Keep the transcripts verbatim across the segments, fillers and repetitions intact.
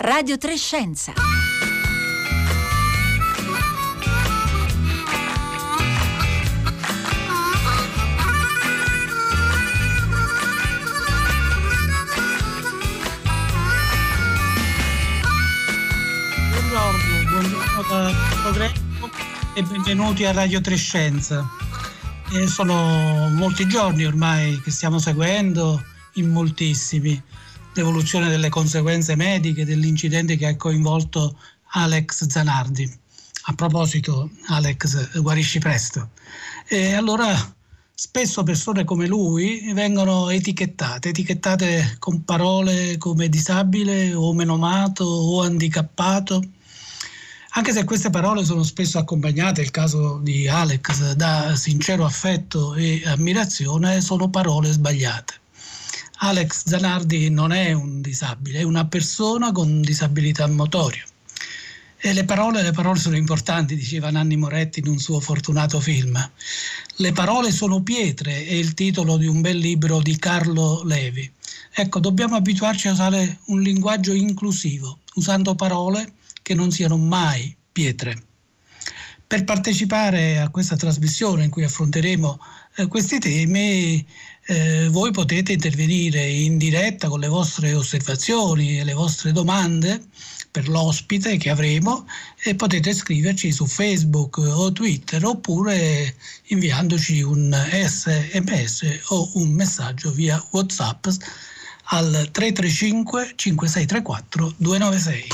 Radio tre Scienza. Buongiorno, buongiorno da Progresso e benvenuti a Radio tre Scienza. Eh, sono molti giorni ormai che stiamo seguendo, in moltissimi, l'evoluzione delle conseguenze mediche dell'incidente che ha coinvolto Alex Zanardi. A proposito, Alex, guarisci presto. E allora spesso persone come lui vengono etichettate, etichettate con parole come disabile o menomato o handicappato, anche se queste parole sono spesso accompagnate, il caso di Alex, da sincero affetto e ammirazione, sono parole sbagliate. Alex Zanardi non è un disabile, è una persona con disabilità motoria. E le parole, le parole sono importanti, diceva Nanni Moretti in un suo fortunato film. Le parole sono pietre è il titolo di un bel libro di Carlo Levi. Ecco, dobbiamo abituarci a usare un linguaggio inclusivo, usando parole che non siano mai pietre. Per partecipare a questa trasmissione in cui affronteremo eh, questi temi, eh, voi potete intervenire in diretta con le vostre osservazioni e le vostre domande per l'ospite che avremo, e potete scriverci su Facebook o Twitter oppure inviandoci un S M S o un messaggio via WhatsApp al tre tre cinque cinque sei tre quattro due nove sei.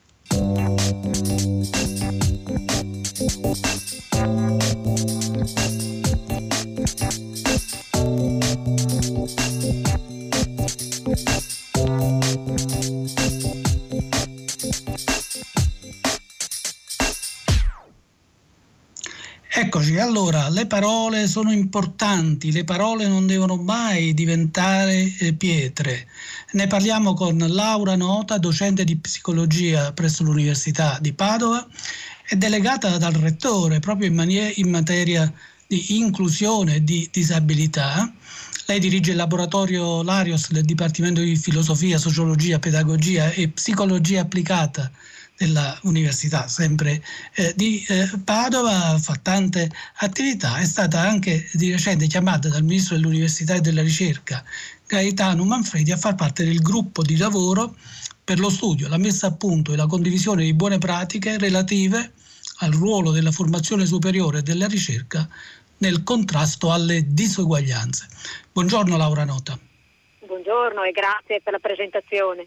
Eccoci, allora, le parole sono importanti, le parole non devono mai diventare eh, pietre. Ne parliamo con Laura Nota, docente di psicologia presso l'Università di Padova e delegata dal Rettore proprio in, manie- in materia di inclusione e di disabilità. Lei dirige il laboratorio Larios del Dipartimento di Filosofia, Sociologia, Pedagogia e Psicologia Applicata della Università, sempre eh, di eh, Padova, fa tante attività, è stata anche di recente chiamata dal Ministro dell'Università e della Ricerca, Gaetano Manfredi, a far parte del gruppo di lavoro per lo studio, la messa a punto e la condivisione di buone pratiche relative al ruolo della formazione superiore e della ricerca nel contrasto alle disuguaglianze. Buongiorno Laura Nota. Buongiorno e grazie per la presentazione.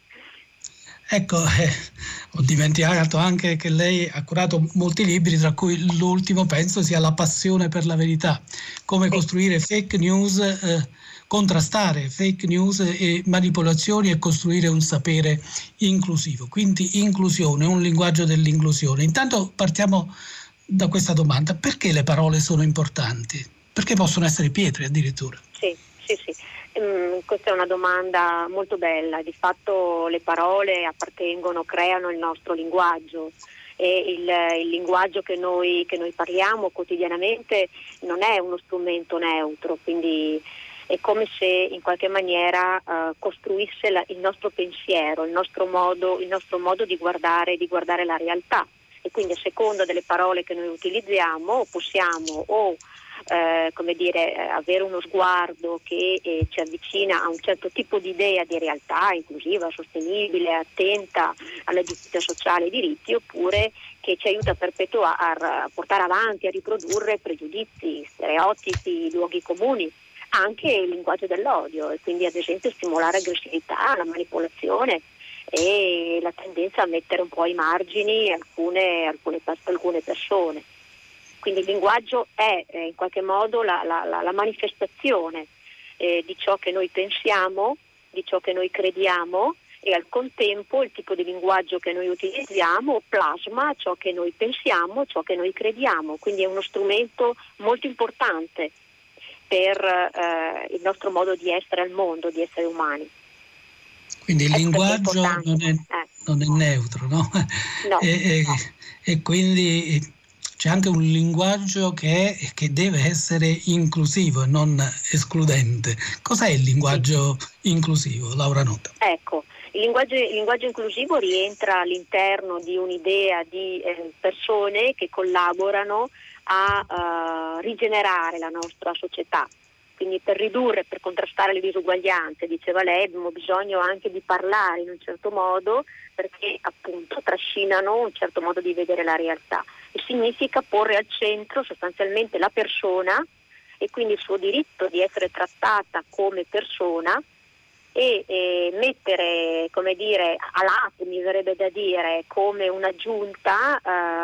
Ecco, eh, ho dimenticato anche che lei ha curato molti libri, tra cui l'ultimo penso sia La passione per la verità, come costruire fake news, eh, contrastare fake news e manipolazioni e costruire un sapere inclusivo. Quindi inclusione, un linguaggio dell'inclusione. Intanto partiamo da questa domanda: perché le parole sono importanti? Perché possono essere pietre addirittura? Sì, sì, sì. Mm, questa è una domanda molto bella. Di fatto le parole appartengono, creano il nostro linguaggio, e il, il linguaggio che noi, che noi parliamo quotidianamente non è uno strumento neutro, quindi è come se in qualche maniera uh, costruisse la, il nostro pensiero, il nostro modo, il nostro modo di guardare, di guardare la realtà, e quindi a seconda delle parole che noi utilizziamo possiamo o Eh, come dire, eh, avere uno sguardo che eh, ci avvicina a un certo tipo di idea di realtà inclusiva, sostenibile, attenta alla giustizia sociale e ai diritti, oppure che ci aiuta a perpetuare, a portare avanti, a riprodurre pregiudizi, stereotipi, luoghi comuni, anche il linguaggio dell'odio, e quindi ad esempio stimolare aggressività, la manipolazione e la tendenza a mettere un po' ai margini alcune, alcune, alcune persone. Quindi il linguaggio è eh, in qualche modo la, la, la, la manifestazione eh, di ciò che noi pensiamo, di ciò che noi crediamo, e al contempo il tipo di linguaggio che noi utilizziamo plasma ciò che noi pensiamo, ciò che noi crediamo. Quindi è uno strumento molto importante per eh, il nostro modo di essere al mondo, di essere umani. Quindi il Ecco, linguaggio è non è, eh. non è neutro, no? No, e, no. e quindi c'è anche un linguaggio che, è, che deve essere inclusivo e non escludente. Cos'è il linguaggio sì. inclusivo, Laura Nota? Ecco, Il linguaggio, il linguaggio inclusivo rientra all'interno di un'idea di eh, persone che collaborano a uh, rigenerare la nostra società. Quindi per ridurre, per contrastare le disuguaglianze, diceva lei, abbiamo bisogno anche di parlare in un certo modo, perché appunto trascinano un certo modo di vedere la realtà. E significa porre al centro sostanzialmente la persona e quindi il suo diritto di essere trattata come persona, e, e mettere, come dire, a lato, mi verrebbe da dire, come un'aggiunta,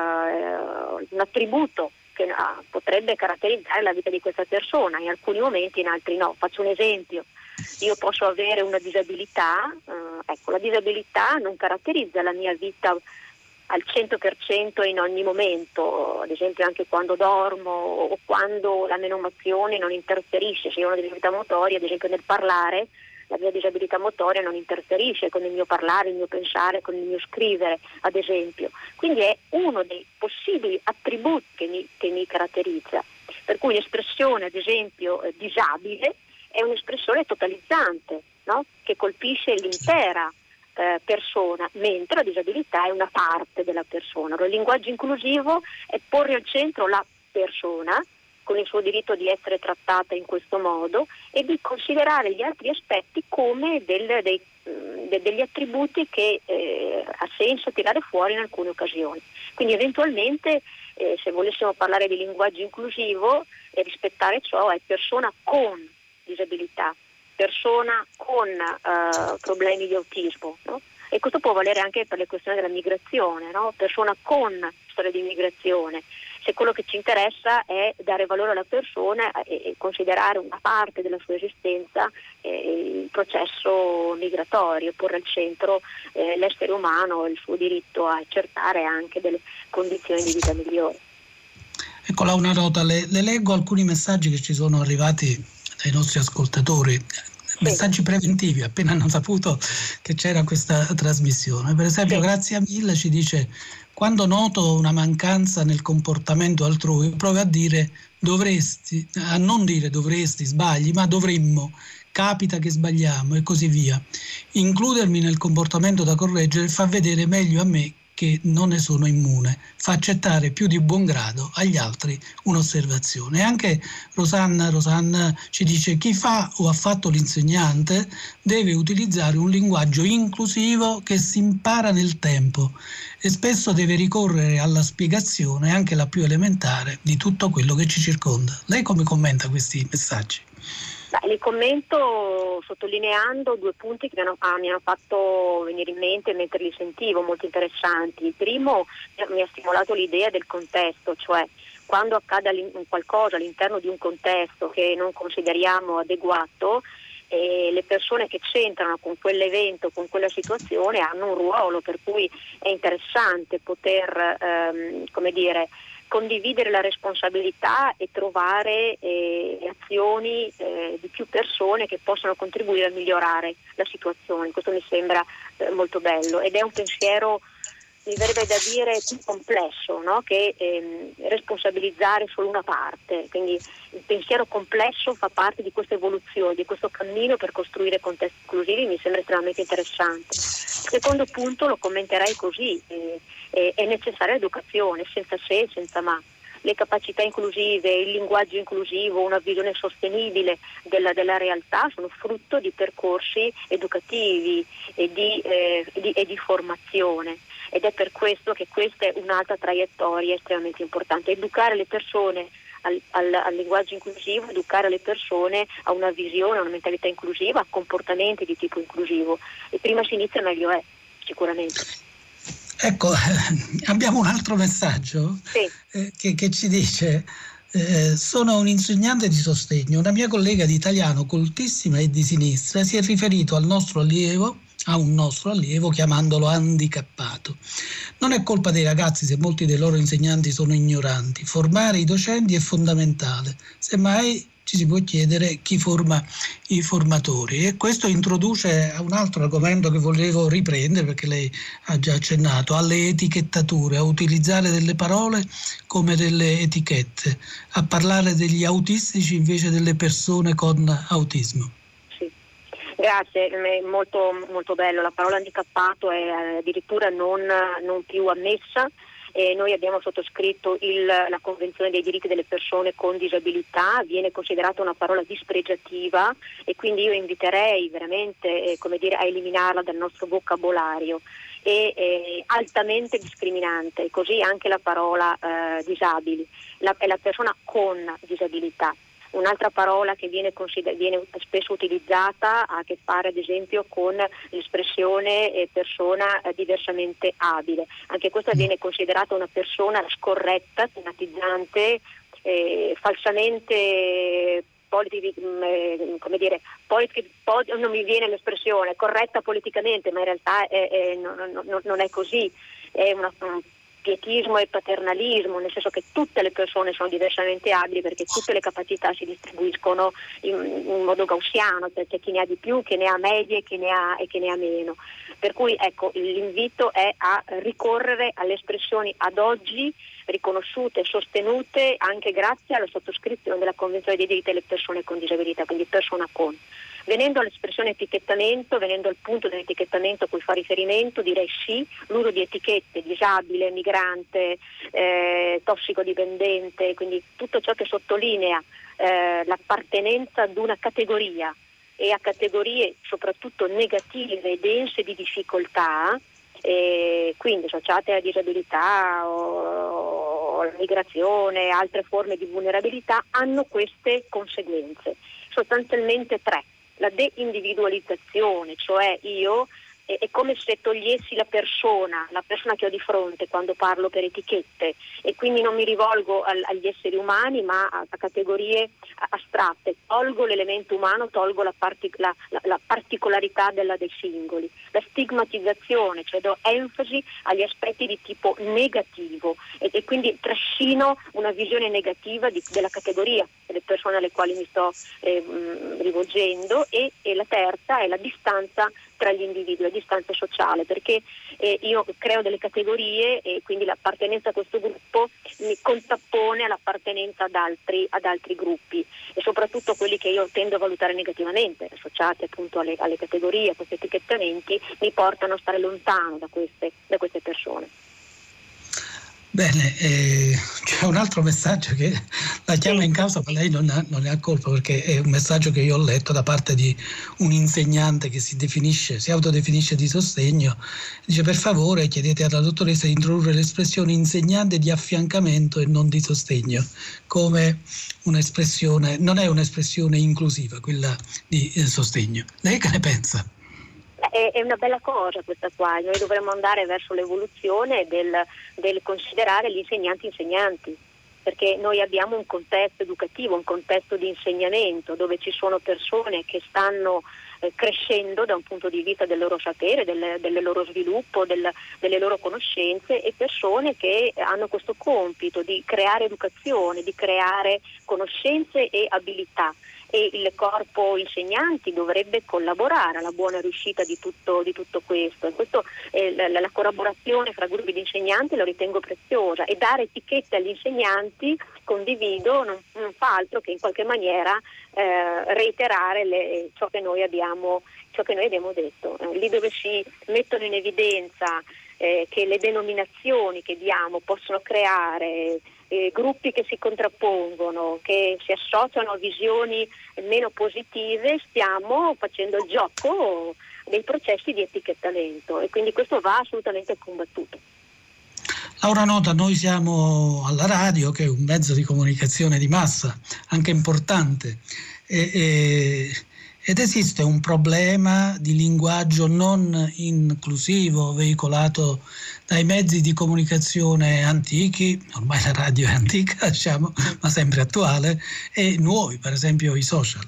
eh, un attributo che uh, potrebbe caratterizzare la vita di questa persona, in alcuni momenti, in altri no. Faccio un esempio: io posso avere una disabilità, uh, ecco, la disabilità non caratterizza la mia vita al cento per cento in ogni momento, ad esempio anche quando dormo o quando la menomazione non interferisce. Se io ho una disabilità motoria, ad esempio nel parlare, la mia disabilità motoria non interferisce con il mio parlare, il mio pensare, con il mio scrivere, ad esempio. Quindi è uno dei possibili attributi che mi, che mi caratterizza. Per cui l'espressione, ad esempio, eh, disabile è un'espressione totalizzante, no? Che colpisce l'intera eh, persona, mentre la disabilità è una parte della persona. Allora, il linguaggio inclusivo è porre al centro la persona, con il suo diritto di essere trattata in questo modo, e di considerare gli altri aspetti come del, dei, de, degli attributi che eh, ha senso tirare fuori in alcune occasioni. Quindi eventualmente, eh, se volessimo parlare di linguaggio inclusivo, e rispettare ciò, è persona con disabilità, persona con eh, problemi di autismo, no? E questo può valere anche per le questioni della migrazione, no? Persona con storia di migrazione. Se quello che ci interessa è dare valore alla persona e considerare una parte della sua esistenza eh, il processo migratorio, porre al centro eh, l'essere umano e il suo diritto a accertare anche delle condizioni di vita migliori. Ecco, là una nota, le, le leggo alcuni messaggi che ci sono arrivati dai nostri ascoltatori. Messaggi preventivi, appena hanno saputo che c'era questa trasmissione. Per esempio, sì. Grazie mille ci dice: quando noto una mancanza nel comportamento altrui, provo a dire dovresti, a non dire dovresti, sbagli, ma dovremmo, capita che sbagliamo e così via. Includermi nel comportamento da correggere fa vedere meglio a me che non ne sono immune, fa accettare più di buon grado agli altri un'osservazione. E anche Rosanna, Rosanna ci dice: chi fa o ha fatto l'insegnante deve utilizzare un linguaggio inclusivo che si impara nel tempo e spesso deve ricorrere alla spiegazione, anche la più elementare, di tutto quello che ci circonda. Lei come commenta questi messaggi? Beh, li commento sottolineando due punti che mi hanno, ah, mi hanno fatto venire in mente mentre li sentivo, molto interessanti. Il primo, mi ha stimolato l'idea del contesto, cioè quando accade qualcosa all'interno di un contesto che non consideriamo adeguato, e le persone che c'entrano con quell'evento, con quella situazione, hanno un ruolo, per cui è interessante poter, ehm, come dire, condividere la responsabilità e trovare eh, azioni eh, di più persone che possano contribuire a migliorare la situazione. Questo mi sembra eh, molto bello, ed è un pensiero, mi verrebbe da dire, più complesso, no? Che ehm, responsabilizzare solo una parte. Quindi il pensiero complesso fa parte di questa evoluzione, di questo cammino per costruire contesti inclusivi. Mi sembra estremamente interessante. Il secondo punto lo commenterei così: eh, eh, è necessaria l'educazione, senza se e senza ma. Le capacità inclusive, il linguaggio inclusivo, una visione sostenibile della, della realtà sono frutto di percorsi educativi e di, eh, di, e di formazione, ed è per questo che questa è un'altra traiettoria estremamente importante. Educare le persone al, al, al linguaggio inclusivo, educare le persone a una visione, a una mentalità inclusiva, a comportamenti di tipo inclusivo, e prima si inizia meglio è, sicuramente. Ecco, abbiamo un altro messaggio sì. eh, che, che ci dice: eh, sono un insegnante di sostegno, una mia collega di italiano coltissima e di sinistra si è riferito al nostro allievo, a un nostro allievo, chiamandolo handicappato. Non è colpa dei ragazzi se molti dei loro insegnanti sono ignoranti, formare i docenti è fondamentale, semmai ci si può chiedere chi forma i formatori. E questo introduce a un altro argomento che volevo riprendere, perché lei ha già accennato alle etichettature, a utilizzare delle parole come delle etichette, a parlare degli autistici invece delle persone con autismo. Sì, Grazie, è molto, molto bello. La parola handicappato è addirittura non, non più ammessa. E noi abbiamo sottoscritto il, la Convenzione dei diritti delle persone con disabilità, viene considerata una parola dispregiativa e quindi io inviterei veramente eh, come dire, a eliminarla dal nostro vocabolario. È eh, altamente discriminante, così anche la parola eh, disabili, la, è la persona con disabilità. Un'altra parola che viene, consider- viene spesso utilizzata ha a che fare ad esempio con l'espressione eh, persona eh, diversamente abile. Anche questa viene considerata una persona scorretta, stigmatizzante, eh, falsamente politi- eh, come dire, politi- pol- non mi viene l'espressione, corretta politicamente, ma in realtà è, è, non, non, non è così, è una, un pietismo e paternalismo, nel senso che tutte le persone sono diversamente abili perché tutte le capacità si distribuiscono in, in modo gaussiano, perché chi ne ha di più, chi ne ha medie chi ne ha, e chi ne ha meno. Per cui ecco, l'invito è a ricorrere alle espressioni ad oggi riconosciute e sostenute anche grazie alla sottoscrizione della Convenzione dei diritti delle persone con disabilità, quindi persona con. Venendo all'espressione etichettamento, venendo al punto dell'etichettamento a cui fa riferimento, direi sì, l'uso di etichette, disabile, migrante, eh, tossicodipendente, quindi tutto ciò che sottolinea eh, l'appartenenza ad una categoria e a categorie soprattutto negative e dense di difficoltà, eh, quindi associate a disabilità o alla migrazione, altre forme di vulnerabilità, hanno queste conseguenze, sostanzialmente tre. La deindividualizzazione, cioè io è, è come se togliessi la persona, la persona che ho di fronte quando parlo per etichette e quindi non mi rivolgo al, agli esseri umani ma a, a categorie astratte, tolgo l'elemento umano, tolgo la, partic- la, la, la particolarità della, dei singoli. La stigmatizzazione, cioè do enfasi agli aspetti di tipo negativo e, e quindi trascino una visione negativa di, della categoria delle persone alle quali mi sto eh, rivolgendo e, e la terza è la distanza tra gli individui, la distanza sociale, perché eh, io creo delle categorie e quindi l'appartenenza a questo gruppo mi contrappone all'appartenenza ad altri, ad altri gruppi e soprattutto quelli che io tendo a valutare negativamente, associati appunto alle, alle categorie, a questi etichettamenti, mi portano a stare lontano da queste, da queste persone. Bene, eh, c'è un altro messaggio che la chiama sì in causa, ma lei non, ha, non ne ha colpa perché è un messaggio che io ho letto da parte di un insegnante che si definisce, si autodefinisce di sostegno. Dice: per favore chiedete alla dottoressa di introdurre l'espressione insegnante di affiancamento e non di sostegno come un'espressione, non è un'espressione inclusiva quella di eh, sostegno. Lei che ne pensa? È una bella cosa questa qua, noi dovremmo andare verso l'evoluzione del, del considerare gli insegnanti insegnanti, perché noi abbiamo un contesto educativo, un contesto di insegnamento dove ci sono persone che stanno eh, crescendo da un punto di vista del loro sapere, del, del loro sviluppo, del, delle loro conoscenze e persone che hanno questo compito di creare educazione, di creare conoscenze e abilità. E il corpo insegnanti dovrebbe collaborare alla buona riuscita di tutto, di tutto questo. E questo eh, la, la collaborazione fra gruppi di insegnanti lo ritengo preziosa e dare etichette agli insegnanti, condivido, non, non fa altro che in qualche maniera eh, reiterare le, ciò che noi abbiamo, ciò che noi abbiamo detto. Eh, lì dove si mettono in evidenza eh, che le denominazioni che diamo possono creare Eh, gruppi che si contrappongono, che si associano a visioni meno positive, stiamo facendo il gioco dei processi di etichettamento e quindi questo va assolutamente combattuto. Laura Nota, noi siamo alla radio, che è un mezzo di comunicazione di massa, anche importante, e, e, ed esiste un problema di linguaggio non inclusivo veicolato dai mezzi di comunicazione antichi, ormai la radio è antica, diciamo, ma sempre attuale, e nuovi, per esempio i social.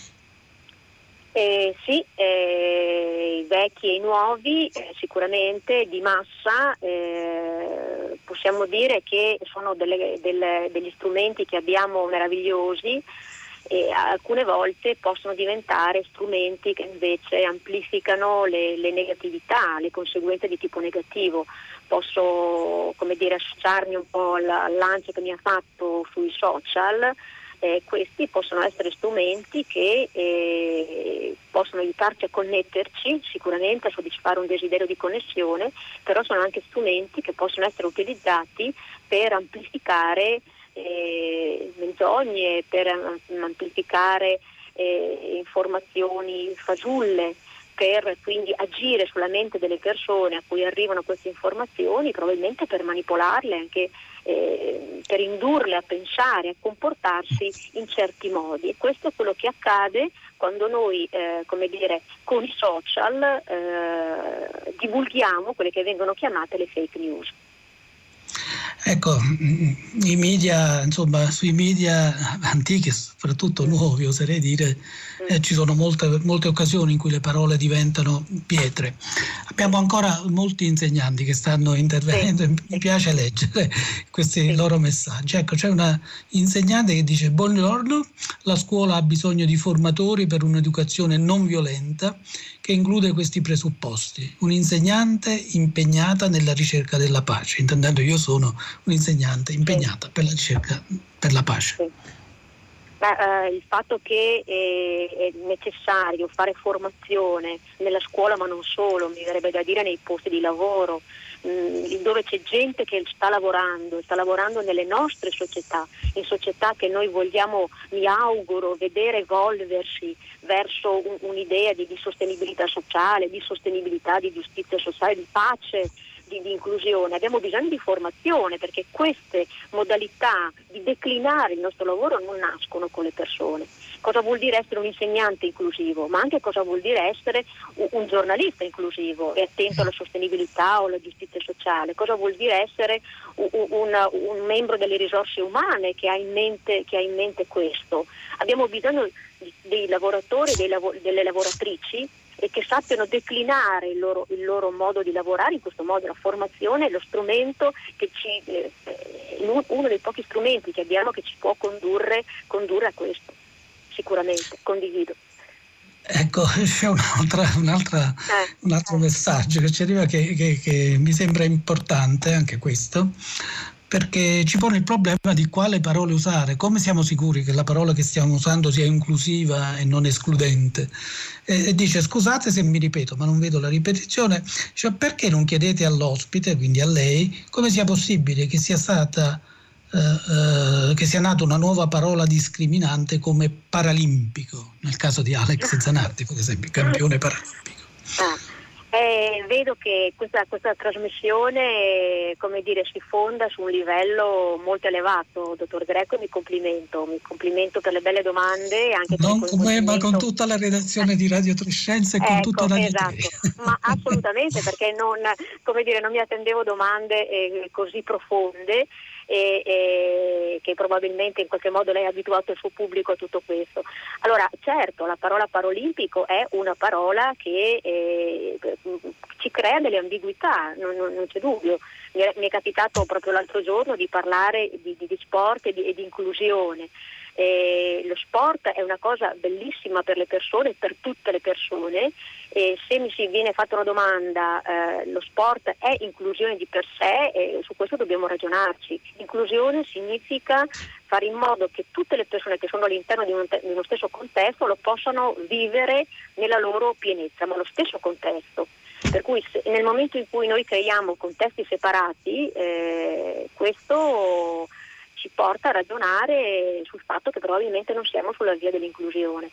Eh, sì, eh, i vecchi e i nuovi eh, sicuramente di massa, eh, possiamo dire che sono delle, delle, degli strumenti che abbiamo meravigliosi e alcune volte possono diventare strumenti che invece amplificano le, le negatività, le conseguenze di tipo negativo. Posso, come dire, associarmi un po' al, al lancio che mi ha fatto sui social. Eh, questi possono essere strumenti che eh, possono aiutarci a connetterci, sicuramente a soddisfare un desiderio di connessione, però sono anche strumenti che possono essere utilizzati per amplificare eh, menzogne, per amplificare eh, informazioni fasulle, per quindi agire sulla mente delle persone a cui arrivano queste informazioni, probabilmente per manipolarle, anche eh, per indurle a pensare, a comportarsi in certi modi. E questo è quello che accade quando noi, eh, come dire, con i social eh, divulghiamo quelle che vengono chiamate le fake news. Ecco, i media, insomma, sui media antichi, soprattutto nuovi, oserei dire, eh, ci sono molte, molte occasioni in cui le parole diventano pietre. Abbiamo ancora molti insegnanti che stanno intervenendo, sì. Mi piace leggere questi sì. loro messaggi. Ecco, c'è una insegnante che dice: buongiorno, la scuola ha bisogno di formatori per un'educazione non violenta che include questi presupposti. Un'insegnante impegnata nella ricerca della pace, intendendo io sono un'insegnante impegnata sì. per la ricerca per la pace. Sì. Beh, eh, il fatto che eh, è necessario fare formazione nella scuola, ma non solo, mi verrebbe da dire nei posti di lavoro, mh, dove c'è gente che sta lavorando, sta lavorando nelle nostre società, in società che noi vogliamo, mi auguro, vedere evolversi verso un, un'idea di, di sostenibilità sociale, di sostenibilità, di giustizia sociale, di pace, Di, di inclusione. Abbiamo bisogno di formazione, perché queste modalità di declinare il nostro lavoro non nascono con le persone. Cosa vuol dire essere un insegnante inclusivo, ma anche cosa vuol dire essere un, un giornalista inclusivo e attento alla sostenibilità o alla giustizia sociale, cosa vuol dire essere un, un, un membro delle risorse umane che ha in mente, che ha in mente questo. Abbiamo bisogno dei lavoratori, dei lav- delle lavoratrici e che sappiano declinare il loro, il loro modo di lavorare. In questo modo la formazione è lo strumento che ci, eh, uno dei pochi strumenti che abbiamo che ci può condurre, condurre a questo, sicuramente, condivido. Ecco, c'è un'altra, un'altra, eh, un altro eh. messaggio che ci arriva che, che, che mi sembra importante, anche questo, perché ci pone il problema di quale parole usare. Come siamo sicuri che la parola che stiamo usando sia inclusiva e non escludente? E, e dice: scusate se mi ripeto, ma non vedo la ripetizione, cioè, perché non chiedete all'ospite, quindi a lei, come sia possibile che sia stata eh, eh, che sia nata una nuova parola discriminante come paralimpico, nel caso di Alex Zanardi, per esempio, campione paralimpico. Ah. Eh, vedo che questa, questa trasmissione, come dire, si fonda su un livello molto elevato, dottor Greco, e mi complimento, mi complimento per le belle domande, anche non per il con me, ma con coinvolgimento. tutta la redazione di Radio Trescenza e con Ecco, tutta Radio esatto, tre. ma assolutamente, perché non, come dire, non mi attendevo domande eh, così profonde. E, e che probabilmente in qualche modo lei ha abituato il suo pubblico a tutto questo. Allora, certo, la parola paralimpico è una parola che eh, ci crea delle ambiguità, non, non, non c'è dubbio. Mi è, mi è capitato proprio l'altro giorno di parlare di, di, di sport e di, e di inclusione. Eh, lo sport è una cosa bellissima per le persone, per tutte le persone, e se mi si viene fatta una domanda, eh, lo sport è inclusione di per sé, e su questo dobbiamo ragionarci. Inclusione significa fare in modo che tutte le persone che sono all'interno di, un te- di uno stesso contesto lo possano vivere nella loro pienezza, ma lo stesso contesto. Per cui se, nel momento in cui noi creiamo contesti separati, eh, questo ci porta a ragionare sul fatto che probabilmente non siamo sulla via dell'inclusione.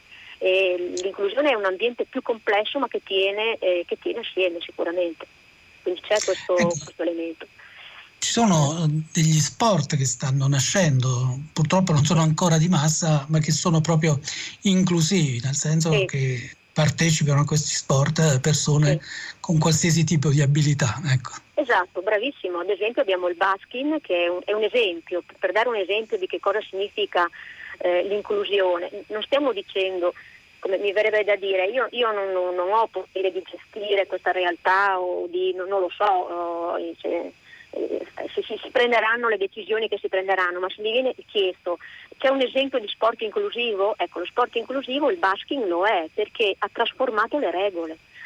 E l'inclusione è un ambiente più complesso, ma che tiene, eh, che tiene assieme sicuramente. Quindi c'è questo, Ecco, questo elemento. ci sono degli sport che stanno nascendo, purtroppo non sono ancora di massa, ma che sono proprio inclusivi, nel senso Sì. che partecipano a questi sport persone sì. con qualsiasi tipo di abilità. Ecco. Esatto, bravissimo. Ad esempio abbiamo il basking, che è un, è un esempio, per dare un esempio di che cosa significa eh, l'inclusione. Non stiamo dicendo, come mi verrebbe da dire, io, io non, non, non ho potere di gestire questa realtà o di, non, non lo so, oh, se, eh, se si, si prenderanno le decisioni che si prenderanno, ma se mi viene chiesto, c'è un esempio di sport inclusivo? Ecco, lo sport inclusivo, il basking lo è, perché ha trasformato le regole.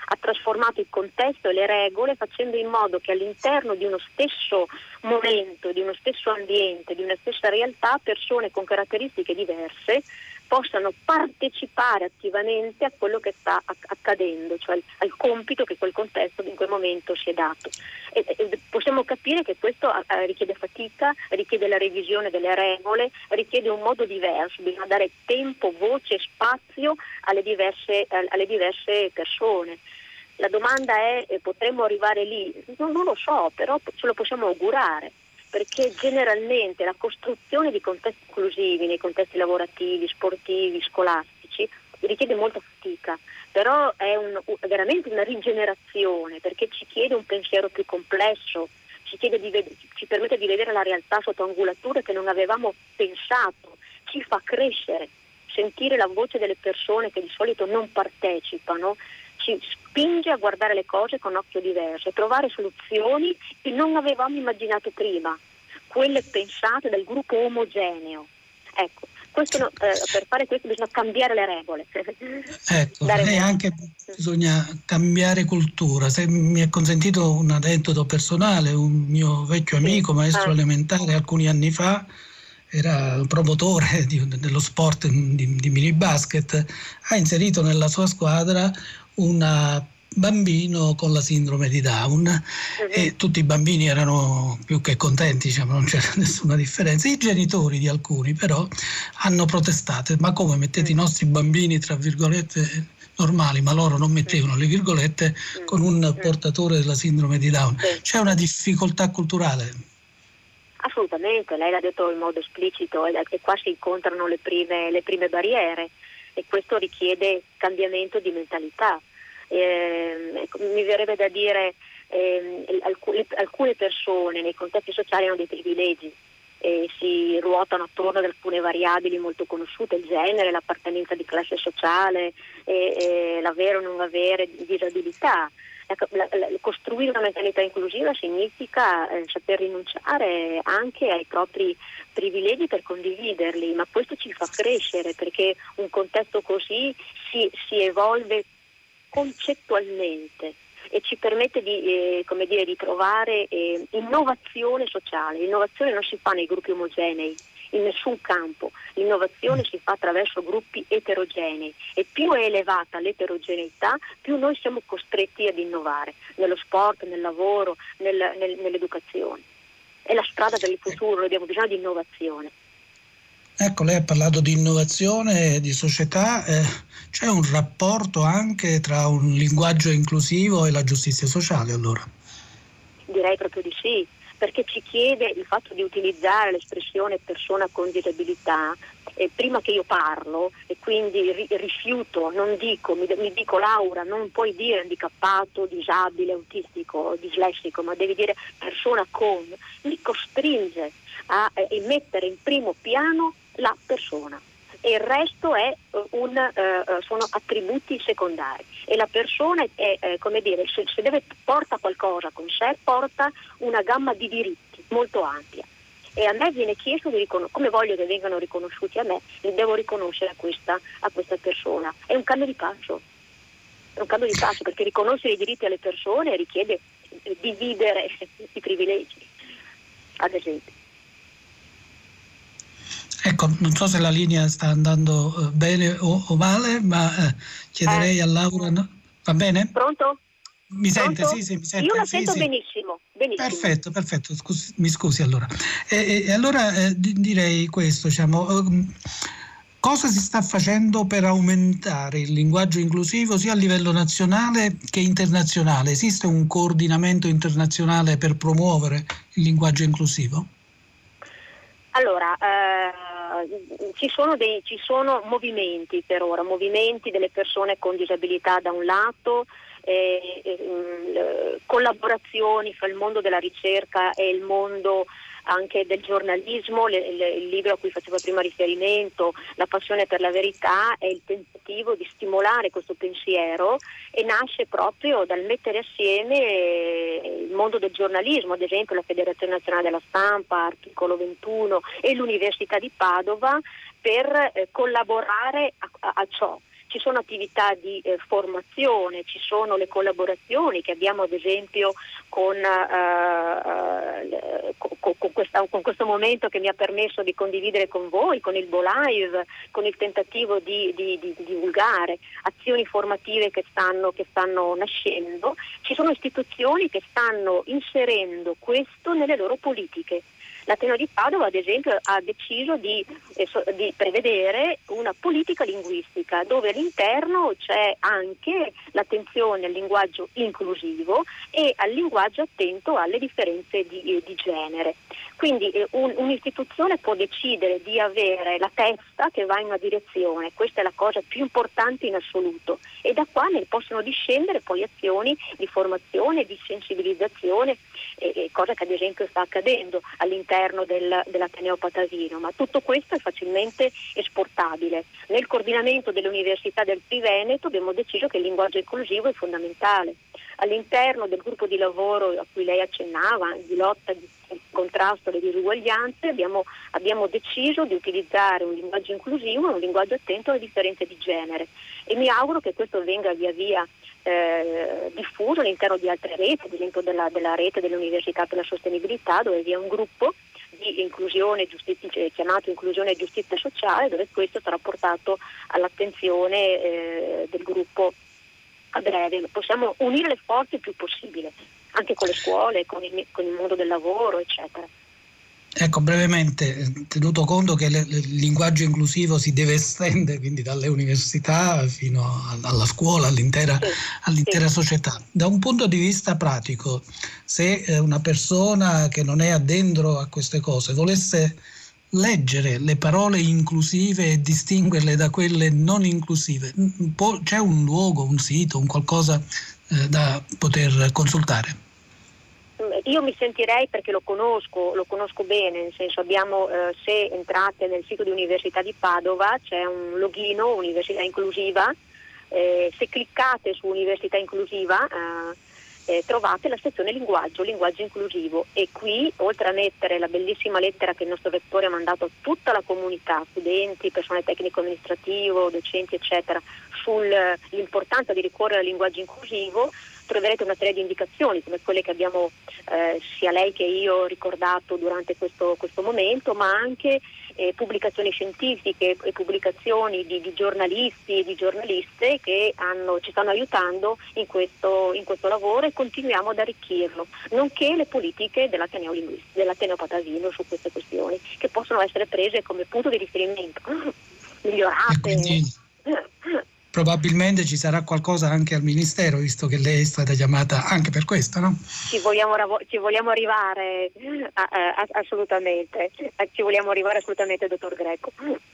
ha trasformato il contesto e le regole, facendo in modo che all'interno di uno stesso momento, di uno stesso ambiente, di una stessa realtà, persone con caratteristiche diverse possano partecipare attivamente a quello che sta accadendo, cioè al, al compito che quel contesto in quel momento si è dato. E, e possiamo capire che questo eh, richiede fatica, richiede la revisione delle regole, richiede un modo diverso, bisogna dare tempo, voce, spazio alle diverse, alle diverse persone. La domanda è, eh, potremmo arrivare lì? Non, non lo so, però ce lo possiamo augurare, perché generalmente la costruzione di contesti inclusivi nei contesti lavorativi, sportivi, scolastici richiede molta fatica, però è un, veramente una rigenerazione, perché ci chiede un pensiero più complesso, ci, chiede di ved- ci permette di vedere la realtà sotto angolature che non avevamo pensato, ci fa crescere, sentire la voce delle persone che di solito non partecipano, ci spinge a guardare le cose con occhio diverso, a trovare soluzioni che non avevamo immaginato prima, quelle pensate dal gruppo omogeneo. Ecco, questo no, eh, per fare questo bisogna cambiare le regole. Ecco, e anche bisogna cambiare cultura. Se mi è consentito un aneddoto personale, un mio vecchio amico, sì, maestro ah. elementare, alcuni anni fa, era il promotore di, dello sport di, di mini basket, ha inserito nella sua squadra un bambino con la sindrome di Down, uh-huh. e tutti i bambini erano più che contenti, diciamo, non c'era nessuna differenza. I genitori di alcuni però hanno protestato: ma come mettete uh-huh. i nostri bambini tra virgolette normali, ma loro non mettevano le virgolette, con un portatore della sindrome di Down? C'è una difficoltà culturale? Assolutamente, lei l'ha detto in modo esplicito, e qua si incontrano le prime, le prime barriere, e questo richiede cambiamento di mentalità. Eh, mi verrebbe da dire eh, alcune, alcune persone nei contesti sociali hanno dei privilegi e si ruotano attorno ad alcune variabili molto conosciute: il genere, l'appartenenza di classe sociale, e, e l'avere o non avere disabilità. La, la, costruire una mentalità inclusiva significa eh, saper rinunciare anche ai propri privilegi per condividerli, ma questo ci fa crescere, perché un contesto così si, si evolve concettualmente e ci permette di, eh, come dire, di trovare eh, innovazione sociale. L'innovazione non si fa nei gruppi omogenei, in nessun campo. L'innovazione si fa attraverso gruppi eterogenei, e più è elevata l'eterogeneità, più noi siamo costretti ad innovare nello sport, nel lavoro, nel, nel, nell'educazione. È la strada per il futuro, abbiamo bisogno di innovazione. Ecco, lei ha parlato di innovazione, di società, eh, c'è un rapporto anche tra un linguaggio inclusivo e la giustizia sociale, allora? Direi proprio di sì, perché ci chiede il fatto di utilizzare l'espressione persona con disabilità eh, prima che io parlo, e quindi ri- rifiuto, non dico, mi, mi dico Laura, non puoi dire handicappato, disabile, autistico, dislessico, ma devi dire persona con, mi costringe a eh, mettere in primo piano la persona, e il resto è un, uh, sono attributi secondari, e la persona è, è come dire, se, se deve porta qualcosa con sé, porta una gamma di diritti molto ampia, e a me viene chiesto di riconoscere, come voglio che vengano riconosciuti a me, li devo riconoscere a questa, a questa persona. È un cambio di passo, è un cambio di passo, perché riconoscere i diritti alle persone richiede eh, dividere i privilegi, ad esempio. Ecco, non so se la linea sta andando uh, bene o, o male, ma uh, chiederei eh. a Laura... No? Va bene? Pronto? Mi Pronto? sente? Sì, sì, mi sente. Io la sì, sento sì. benissimo, benissimo. Perfetto, perfetto. Scusi, mi scusi allora. E, e allora eh, direi questo, diciamo... Um, cosa si sta facendo per aumentare il linguaggio inclusivo sia a livello nazionale che internazionale? Esiste un coordinamento internazionale per promuovere il linguaggio inclusivo? Allora, eh, ci sono dei ci sono movimenti per ora, movimenti delle persone con disabilità da un lato, eh, eh, collaborazioni fra il mondo della ricerca e il mondo anche del giornalismo, le, le, il libro a cui facevo prima riferimento, La passione per la verità, è il tentativo di stimolare questo pensiero, e nasce proprio dal mettere assieme il mondo del giornalismo, ad esempio la Federazione Nazionale della Stampa, Articolo ventuno, e l'Università di Padova, per eh, collaborare a, a, a ciò. ci sono attività di eh, formazione, ci sono le collaborazioni che abbiamo ad esempio con, eh, con, con, questa, con questo momento che mi ha permesso di condividere con voi, con il BoLive, con il tentativo di, di, di, di divulgare azioni formative che stanno, che stanno nascendo. Ci sono istituzioni che stanno inserendo questo nelle loro politiche. L'Ateneo di Padova, ad esempio, ha deciso di, eh, di prevedere una politica linguistica dove all'interno c'è anche l'attenzione al linguaggio inclusivo e al linguaggio attento alle differenze di, eh, di genere. Quindi eh, un, un'istituzione può decidere di avere la testa che va in una direzione, questa è la cosa più importante in assoluto, e da qua ne possono discendere poi azioni di formazione, di sensibilizzazione, eh, cosa che ad esempio sta accadendo all'interno del, dell'Ateneo Patasino, ma tutto questo è facilmente esportabile. Nel coordinamento delle università del Triveneto abbiamo deciso che il linguaggio inclusivo è fondamentale. All'interno del gruppo di lavoro a cui lei accennava, di lotta di contrasto alle disuguaglianze, abbiamo, abbiamo deciso di utilizzare un linguaggio inclusivo e un linguaggio attento alle differenze di genere, e mi auguro che questo venga via via eh, diffuso all'interno di altre reti, ad esempio della, della rete delle università per la sostenibilità, dove vi è un gruppo di inclusione e giustizia, chiamato inclusione e giustizia sociale, dove questo sarà portato all'attenzione eh, del gruppo a breve. Possiamo unire le forze il più possibile, anche con le scuole, con il, con il mondo del lavoro, eccetera. Ecco, brevemente, tenuto conto che le, il linguaggio inclusivo si deve estendere quindi dalle università fino alla scuola, all'intera, sì, all'intera sì. società. Da un punto di vista pratico, se una persona che non è addentro a queste cose volesse leggere le parole inclusive e distinguerle da quelle non inclusive, c'è un luogo, un sito, un qualcosa eh, da poter consultare? Io mi sentirei, perché lo conosco, lo conosco bene, nel senso abbiamo, eh, se entrate nel sito di Università di Padova c'è un logino Università Inclusiva, eh, se cliccate su Università Inclusiva eh, eh, trovate la sezione linguaggio, linguaggio inclusivo, e qui, oltre a mettere la bellissima lettera che il nostro rettore ha mandato a tutta la comunità, studenti, personale tecnico amministrativo, docenti eccetera, sull'importanza di ricorrere al linguaggio inclusivo, troverete una serie di indicazioni come quelle che abbiamo eh, sia lei che io ricordato durante questo, questo momento, ma anche eh, pubblicazioni scientifiche e pubblicazioni di, di giornalisti e di giornaliste che hanno, ci stanno aiutando in questo, in questo lavoro, e continuiamo ad arricchirlo, nonché le politiche dell'Ateneo Linguistico, dell'Ateneo Patasino su queste questioni, che possono essere prese come punto di riferimento, migliorate. Probabilmente ci sarà qualcosa anche al Ministero, visto che lei è stata chiamata anche per questo, no? Ci vogliamo, ci vogliamo arrivare a, a, assolutamente, ci vogliamo arrivare assolutamente, dottor Greco.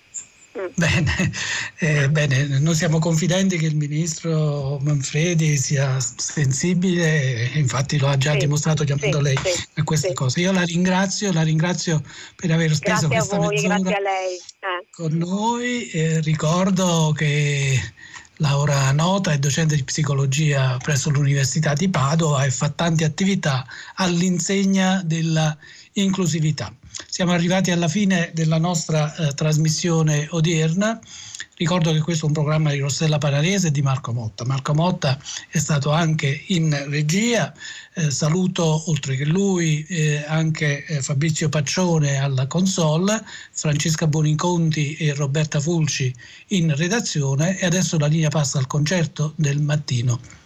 Bene, eh, bene, noi siamo confidenti che il Ministro Manfredi sia sensibile, infatti lo ha già sì, dimostrato chiamando sì, lei sì, a queste sì. cose. Io la ringrazio, la ringrazio per aver speso grazie questa a voi, mezz'ora grazie a lei. Eh. con noi. Eh, ricordo che Laura Nota è docente di psicologia presso l'Università di Padova e fa tante attività all'insegna della inclusività. Siamo arrivati alla fine della nostra eh, trasmissione odierna. Ricordo che questo è un programma di Rossella Panarese e di Marco Motta. Marco Motta è stato anche in regia. Eh, saluto, oltre che lui, eh, anche eh, Fabrizio Paccione alla console, Francesca Buoniconti e Roberta Fulci in redazione, e adesso la linea passa al concerto del mattino.